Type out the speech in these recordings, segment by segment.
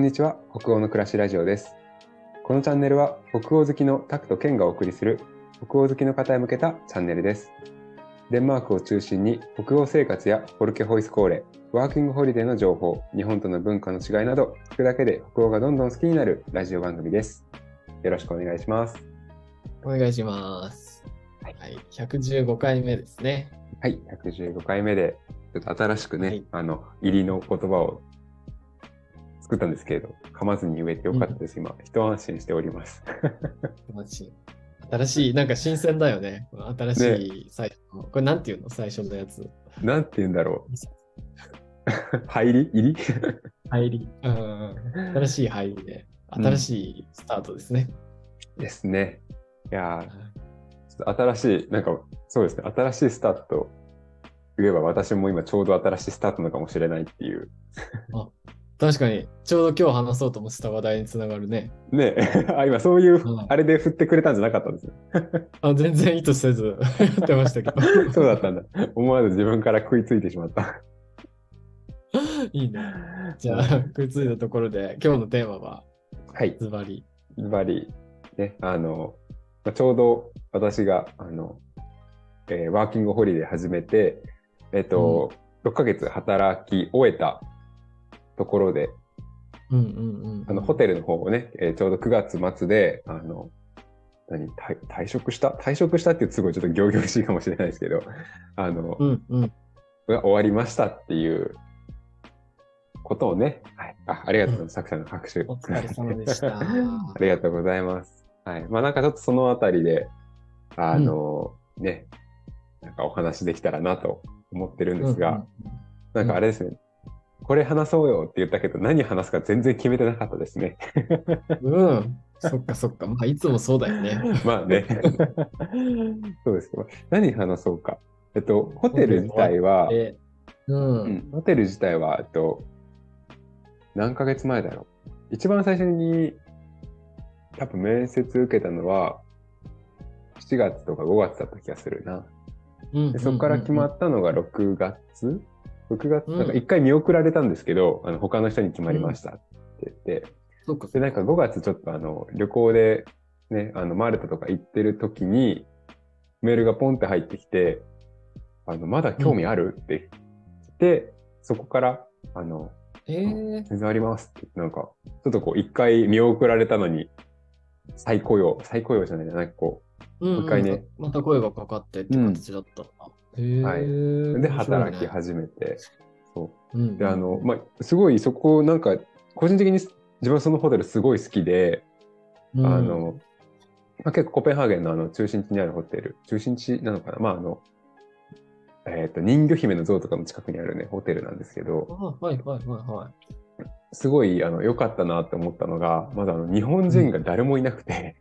にちは、北欧の暮らしラジオです。このチャンネルは北欧好きのタクとケンがお送りする北欧好きの方へ向けたチャンネルです。デンマークを中心に北欧生活やフォルケホイスコーレ、ワーキングホリデーの情報、日本との文化の違いなど、聞くだけで北欧がどんどん好きになるラジオ番組です。よろしくお願いします。 お願いします。はい、115回目ですね。 はい、115回目で、ちょっと新しくね、 はい、 入りの言葉を作ったんですけれど、噛まずに言えてよかったです。今、一安心しております。 新しい、なんか新鮮だよね。新しい最初の、これなんていうの最初のやつ。 なんて言うんだろう。入り入り。新しい入りで、新しいスタートですね。 ですね。いやー、ちょっと新しい、なんか、そうですね、新しいスタートと言えば私も今ちょうど新しいスタートなのかもしれないっていう。 あ、確かに、ちょうど今日話そうと思ってた話題につながるね。 ねえ、今そういう、 はい、 あれで振ってくれたんじゃなかったんですよ。 全然意図せずやってましたけど。 そうだったんだ。思わず自分から食いついてしまった。 いいね。じゃあ、食いついたところで、今日のテーマは、 はい。 ズバリ。 ズバリ、ね、ちょうど私が、ワーキングホリデー始めて、6ヶ月働き終えたところで、ホテルの方をね、ちょうど9月末で、退職したっていうすごいちょっと仰々しいかもしれないですけど、終わりましたっていうことをね、はい、ありがとうございます。作者の拍手。 お疲れ様でした。 ありがとうございます。はい。まあなんかちょっとそのあたりで、ね、なんかお話できたらなと思ってるんですが、なんかあれですね、これ話そうよって言ったけど、何話すか全然決めてなかったですね。 そっかそっか。まあ、いつもそうだよね。 まあね。そうですけど、何話そうか。ホテル自体は、ホテル自体は、何ヶ月前だろう。一番最初に、多分面接受けたのは、7月とか5月だった気がするな。でそこから決まったのが6月なんか1回見送られたんですけど、他の人に決まりましたって言って、で、なんか5月ちょっと旅行でね、マルタとか行ってる時に、メールがポンって入ってきて、まだ興味あるって言って、そこから、全然ありますって、なんか、ちょっとこう一回見送られたのに、再雇用じゃないな、なんかこう、もう一回ね。 また声がかかってって形だったな。 はい。で、働き始めて、そう。で、 まあ、すごいそこ、なんか、個人的に自分はそのホテルすごい好きで、まあ、結構コペンハーゲンの中心地にあるホテル、中心地なのかな、まあ人魚姫の像とかの近くにあるね、ホテルなんですけど、すごい良かったなって思ったのが、まだ日本人が誰もいなくて、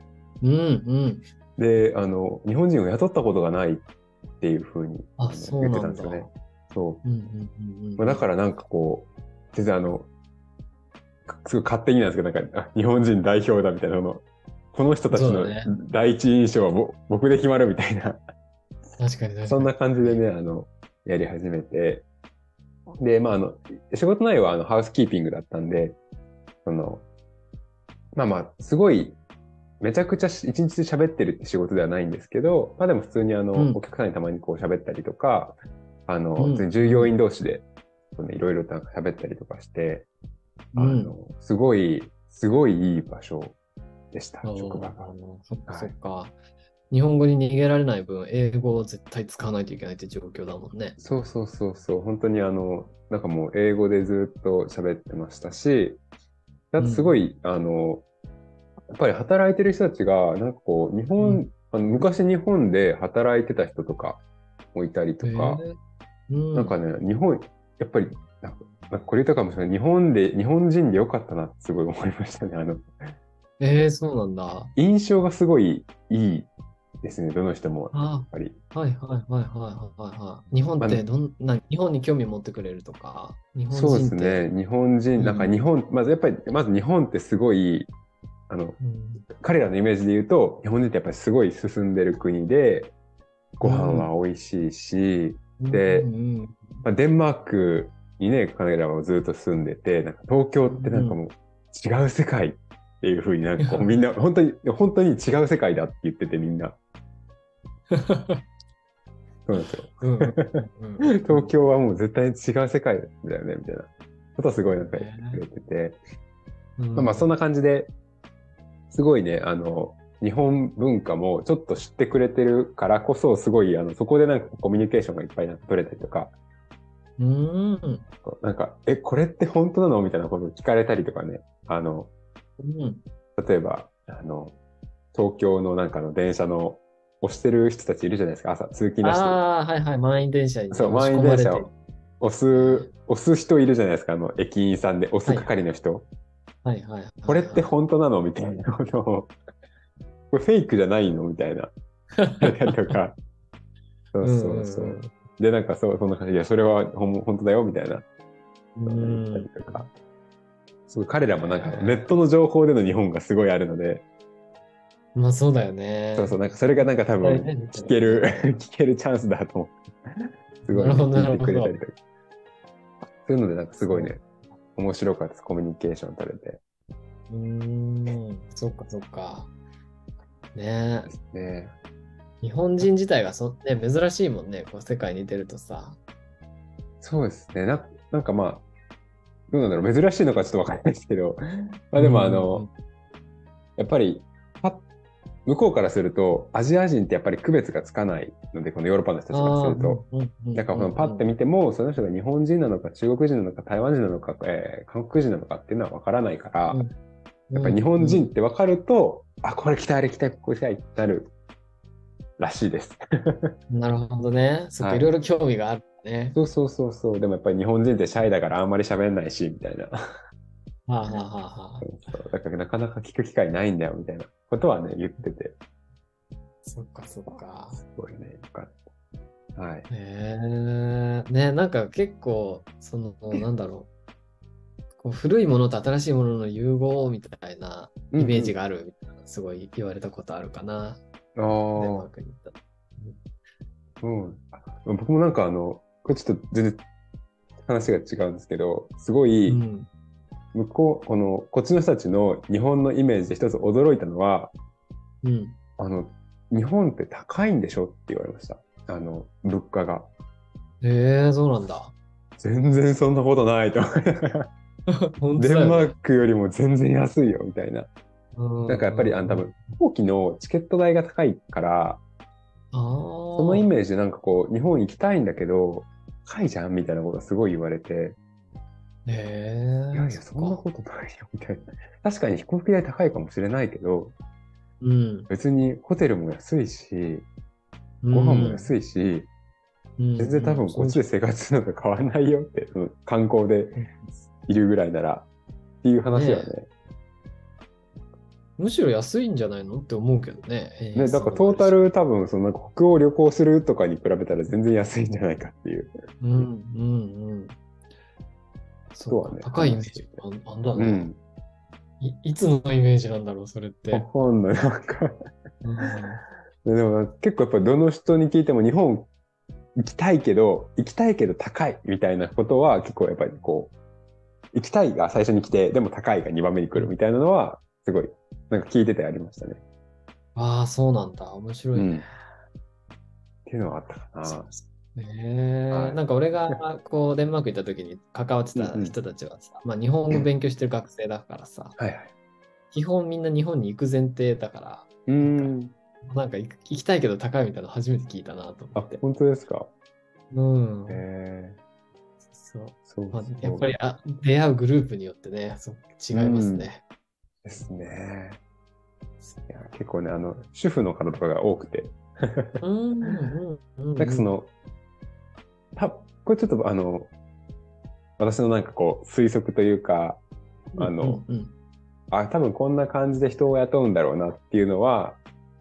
で、日本人を雇ったことがないっていうふうに言ってたんですよね。そう。だからなんかこう、全然すごい勝手になんですけど、なんか、日本人代表だみたいなこの人たちの第一印象は僕で決まるみたいな。 確かにそんな感じでね、やり始めて。で、まあ、仕事内容はハウスキーピングだったんで、すごい、めちゃくちゃ一日で喋ってるって仕事ではないんですけど、まあでも普通にお客さんにたまにこう喋ったりとか、普通に従業員同士で、いろいろと喋ったりとかして、すごいいい場所でした、職場が。 そっかそっか。日本語に逃げられない分、英語を絶対使わないといけないって状況だもんね。 そう。本当になんかもう英語でずっと喋ってましたし、あとすごい、やっぱり働いてる人たちが、なんかこう、昔日本で働いてた人とかもいたりとか、なんかね、日本、やっぱり、なんかこれ言ったかもしれない。日本人でよかったなってすごい思いましたね。 そうなんだ。 印象がすごいいいですね、どの人も、やっぱり。 日本って日本に興味持ってくれるとか、日本人って。 そうですね、日本人、なんかまず日本ってすごい、彼らのイメージで言うと、日本人ってやっぱりすごい進んでる国で、ご飯は美味しいし、で、デンマークにね、彼らはずっと住んでて、なんか東京ってなんかもう違う世界っていう風になんかこうみんな本当に違う世界だって言っててみんな。そうなんですよ。東京はもう絶対に違う世界だよね、みたいなことはすごいなんか言ってくれてて。まあそんな感じで、すごいね、日本文化もちょっと知ってくれてるからこそ、すごい、そこでなんかコミュニケーションがいっぱいなんか取れたりとか、なんか、これって本当なのみたいなことを聞かれたりとかね、例えば、東京のなんかの電車の押してる人たちいるじゃないですか、朝、通勤ラッシュ。 はいはい、満員電車に、ね、 そう、満員電車を押す人いるじゃないですか、駅員さんで、押す係の人。 はいはい。 これって本当なのみたいなことを、これフェイクじゃないのみたいな。とか。そうそうそう。で、なんかそんな感じで、いや、それは本当だよ、みたいな。言ったりとか。すごい彼らもなんかネットの情報での日本がすごいあるので。 まあそうだよね。 そうそう、なんかそれがなんか多分聞けるチャンスだと思って。すごい、ね、聞いてくれたりとか。そういうのでなんかすごいね、面白かったです。コミュニケーション取れて。 そっかそっか。ねえ。ね、 日本人自体がね、珍しいもんね、こう世界に出るとさ。 そうですね。なんかまあ、どうなんだろう、珍しいのかちょっとわかんないですけど、まあでもやっぱり、向こうからすると、アジア人ってやっぱり区別がつかないので、このヨーロッパの人たちからすると。だからパッて見ても、その人が日本人なのか、中国人なのか、台湾人なのか、韓国人なのかっていうのはわからないから、やっぱり日本人ってわかると、あ、これ来たい、ここ来たいってなるらしいです。 なるほどね。そっか、いろいろ興味があるね。 そう。でもやっぱり日本人ってシャイだからあんまり喋んないし、みたいな。だからなかなか聞く機会ないんだよ、みたいなことはね、言ってて。 そっか。すごいね、よかった。はい。 ね、なんか結構、なんだろう。こう古いものと新しいものの融合みたいなイメージがあるみたいな、すごい言われたことあるかな。デンマークに行った。 僕もなんかこれちょっと全然話が違うんですけど、すごい、こっちの人たちの日本のイメージで一つ驚いたのは、日本って高いんでしょって言われました。物価が。 そうなんだ。 全然そんなことないと思いながら。デンマークよりも全然安いよみたいな。なんかやっぱり多分飛行機のチケット代が高いから、そのイメージでなんかこう日本行きたいんだけど高いじゃんみたいなことがすごい言われて、いやそんなことないよみたいな。確かに飛行機代高いかもしれないけど、別にホテルも安いし、ご飯も安いし、全然多分こっちで生活するのと変わらないよって、観光でいるぐらいならっていう話はね。 むしろ安いんじゃないのって思うけどね。 だからトータル多分なんか北欧旅行するとかに比べたら全然安いんじゃないかっていう。 そうはね。高いイメージなんだろう。いつのイメージなんだろう、それって。 わかんない。なんかでも結構やっぱりどの人に聞いても日本行きたいけど高いみたいなことは結構やっぱりこう、行きたいが最初に来て、でも高いが2番目に来るみたいなのはすごいなんか聞いててありましたね。 ああ、そうなんだ。面白いね。 っていうのはあったかな。なんか俺がこうデンマーク行った時に関わってた人たちはさ、まあ日本語勉強してる学生だからさ、基本みんな日本に行く前提だから、なんか行きたいけど高いみたいなの初めて聞いたなと思って。 本当ですか？ そう。まあ、やっぱり出会うグループによってね、違いますね。 ですね。いや結構ね、主婦の方とかが多くて。なんかこれちょっと私のなんかこう推測というか、多分こんな感じで人を雇うんだろうなっていうのは、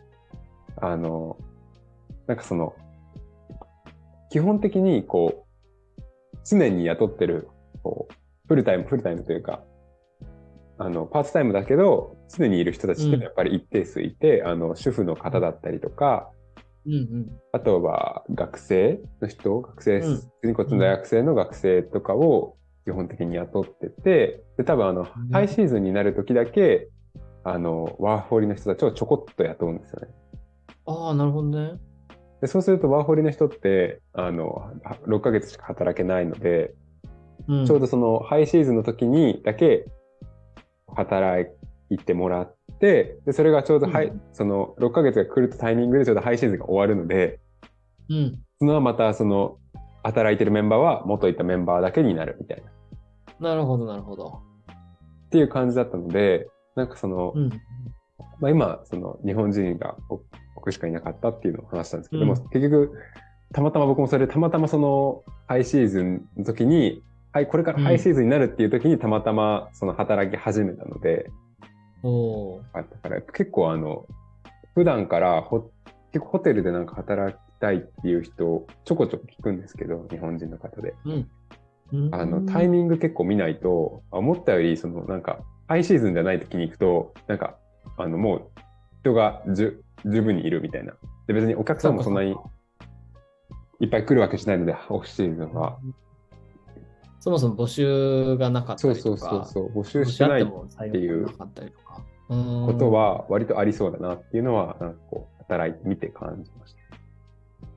なんか基本的にこう、常に雇ってる、こう、フルタイムというか、パートタイムだけど、常にいる人たちってやっぱり一定数いて、主婦の方だったりとか、 うんうん、 あとは学生の人、学生、 うん、 普通にこっちの大学生の学生とかを基本的に雇ってて、で、多分ハイシーズンになる時だけ、ワーホリの人たちをちょこっと雇うんですよね。 ああ、なるほどね。 で、そうするとワーホリの人って、6ヶ月しか働けないので、 うん、 ちょうどそのハイシーズンの時にだけ働いてもらって、で、それがちょうどその6ヶ月が来るタイミングでちょうどハイシーズンが終わるので、 うん。 そのまたその働いてるメンバーは元いたメンバーだけになるみたいな。っなるほど、なるほど。 ていう感じだったので、なんかその、 うん、 まあ今、その日本人が僕しかいなかったっていうのを話したんですけども、 うん、 結局、たまたま僕もそれでたまたまそのハイシーズンの時に、はい、これからハイシーズンになるっていう時にたまたまその働き始めたので、だから結構普段から結構ホテルでなんか働きたいっていう人ちょこちょこ聞くんですけど、日本人の方で。タイミング結構見ないと、思ったよりそのなんかハイシーズンじゃない時に行くと、なんかもう人が十分にいるみたいな。で、別にお客さんもそんなにいっぱい来るわけじゃないので、オフシーズンは。 そもそも募集がなかったりとか、 募集してないっていうことは割とありそうだなっていうのは、なんかこう、働いてみて感じました。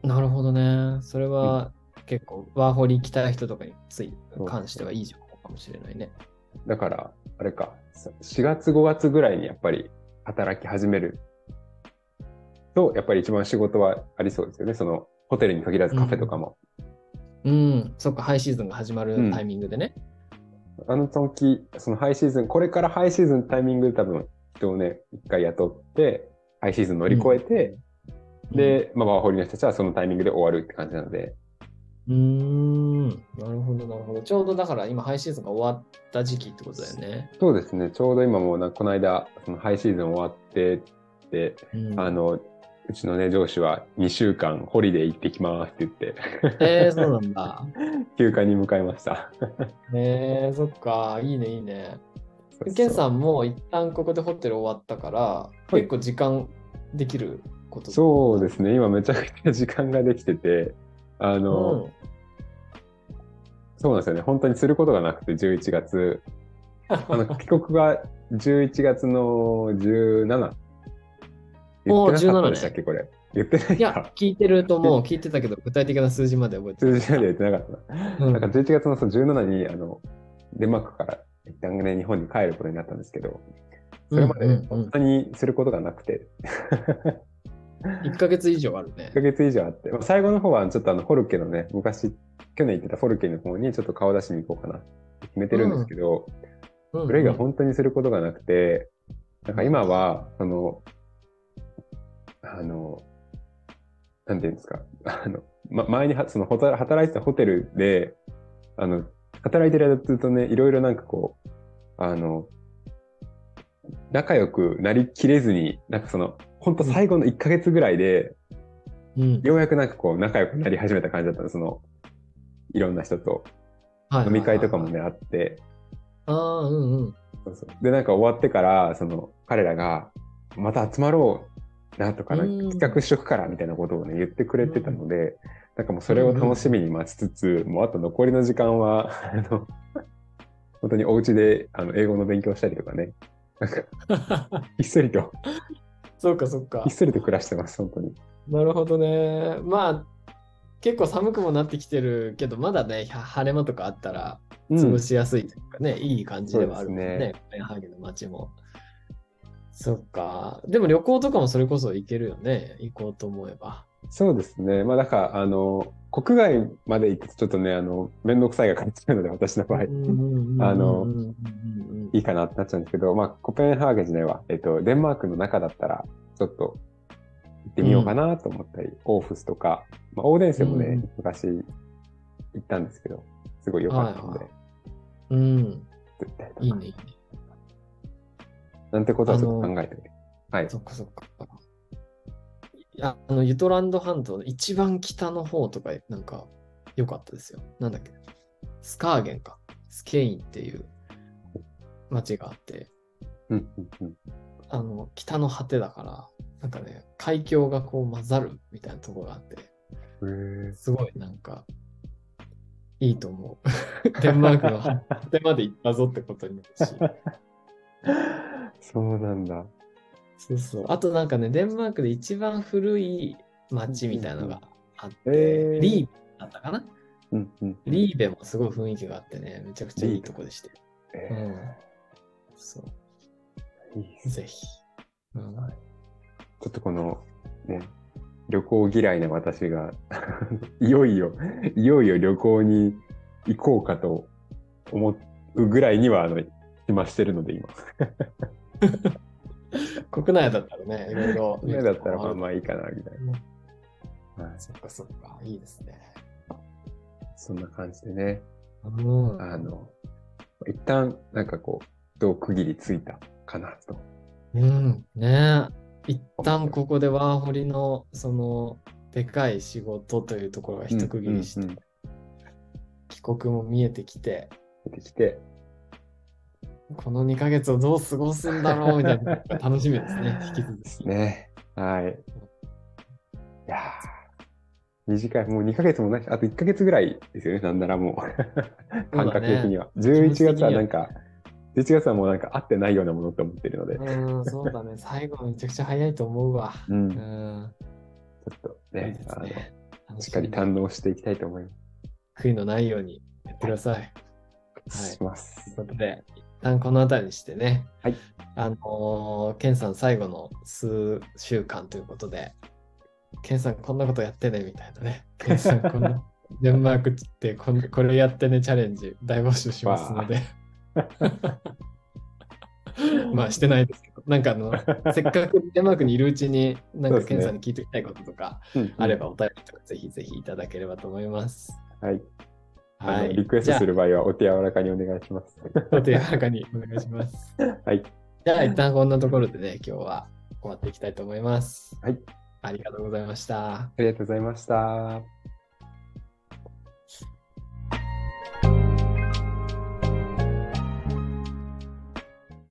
なるほどね。それは結構、ワーホリ行きたい人とかに関してはいい情報かもしれないね。 だから、あれか、4月5月ぐらいにやっぱり働き始めると、やっぱり一番仕事はありそうですよね。その、ホテルに限らずカフェとかも。 そっか、ハイシーズンが始まるタイミングでね。 時、そのハイシーズン、これからハイシーズンのタイミングで多分人をね、一回雇って、ハイシーズン乗り越えて、で、まあ、ワーホリの人たちはそのタイミングで終わるって感じなので。 なるほど、なるほど。ちょうどだから今、ハイシーズンが終わった時期ってことだよね。 そうですね。ちょうど今もこの間、そのハイシーズン終わってで、うちのね、上司は2週間ホリデー行ってきますって言って。 そうなんだ。 休暇に向かいました。 そっか。いいね、いいね。ケンさんも一旦ここでホテル終わったから、結構時間できることそうですね。今めちゃくちゃ時間ができてて、そうなんですよね。本当にすることがなくて、11月。帰国が11月の17。言ってなかったでしたっけ、これ。言ってないか。 いや、聞いてると思う。聞いてたけど、具体的な数字まで覚えてない。 数字まで言ってなかったな。なんか11月の17に、デンマークから一旦ね、日本に帰ることになったんですけど、それまで本当にすることがなくて。 1ヶ月以上あるね。 1ヶ月以上あって、最後の方はちょっとフォルケのね、去年行ってたフォルケの方にちょっと顔出しに行こうかなって決めてるんですけど、それ以外本当にすることがなくて、なんか今は、なんていうんですか、前にその働いてたホテルで、働いてる間ずっとね、いろいろなんかこう、仲良くなりきれずに、なんかその、本当最後の1ヶ月ぐらいで、ようやくなんかこう仲良くなり始めた感じだったの、その、いろんな人と。飲み会とかもね、あって。で、なんか終わってから、その、彼らが、また集まろうなとか、なんか企画しとくからみたいなことをね、言ってくれてたので、なんかもうそれを楽しみに待ちつつ、もうあと残りの時間は、本当にお家で英語の勉強したりとかね、なんか、ひっそりと。 そうか、そうか。 ひっそりと暮らしてます、本当に。 なるほどね。まあ、結構寒くもなってきてるけど、まだね、晴れ間とかあったら、過ごしやすいというかね、いい感じではあるもんね、コペンハーゲンの街も。そっか。でも旅行とかもそれこそ行けるよね、行こうと思えば。 そうですね。まあ、だから、国外まで行くとちょっとね、めんどくさいが感じるので、私の場合、いいかなってなっちゃうんですけど、まあ、コペンハーゲンじゃないわ、デンマークの中だったら、ちょっと行ってみようかなと思ったり、オーフスとか、まあ、オーデンセもね、昔行ったんですけど、すごい良かったので。 いいね、いいね。 なんてことはちょっと考えてね。はい。 そっかそっか。ユトランド半島の一番北の方とか、なんか、良かったですよ。なんだっけ。スカーゲンか。スケインっていう街があって、北の果てだから、 なんかね、海峡がこう混ざるみたいなところがあって、すごいなんか、いいと思う。デンマークの果てまで行ったぞってことになるし。 そうなんだ。 そうそう。あとなんかね、デンマークで一番古い町みたいなのがあって、リーベだったかな、リーベもすごい雰囲気があってね、めちゃくちゃいいとこでして。そう。いいぜひ。 ちょっとこのね、旅行嫌いな私がいよいよ旅行に行こうかと思うぐらいには暇してるので今国内だったらね、いろいろ。 国内だったらまあいいかなみたいな。そっかそっか、いいですね。 そんな感じでね。一旦なんかこう、どう区切りついたかなと。 ねえ。一旦ここでワーホリのそのでかい仕事というところが一区切りして、帰国も見えてきて、この2ヶ月をどう過ごすんだろうみたいな楽しみですね、引き続き。 ね。はい。いやー、短い、もう2ヶ月もないし、あと1ヶ月ぐらいですよね、なんならもう、感覚的には。11月はなんか、11月はもうなんか合ってないようなものって思ってるので。 そうだね、最後めちゃくちゃ早いと思うわ。 ちょっとね、しっかり堪能していきたいと思います。 悔いのないようにやってください。はい。 します。 ということで、一旦この辺りにしてね、 はい。 ケンさん最後の数週間ということで、ケンさんこんなことやってねみたいなね、ケンさんこんなデンマークってこれやってねチャレンジ大募集しますので。まあしてないですけど、なんかせっかくデンマークにいるうちに、なんかケンさんに聞いておきたいこととかあればお便りとかぜひぜひいただければと思います。 はい。リクエストする場合はお手柔らかにお願いします。 お手柔らかにお願いします。 はい。 じゃあ一旦こんなところでね、今日は終わっていきたいと思います。 はい。 ありがとうございました。 ありがとうございました。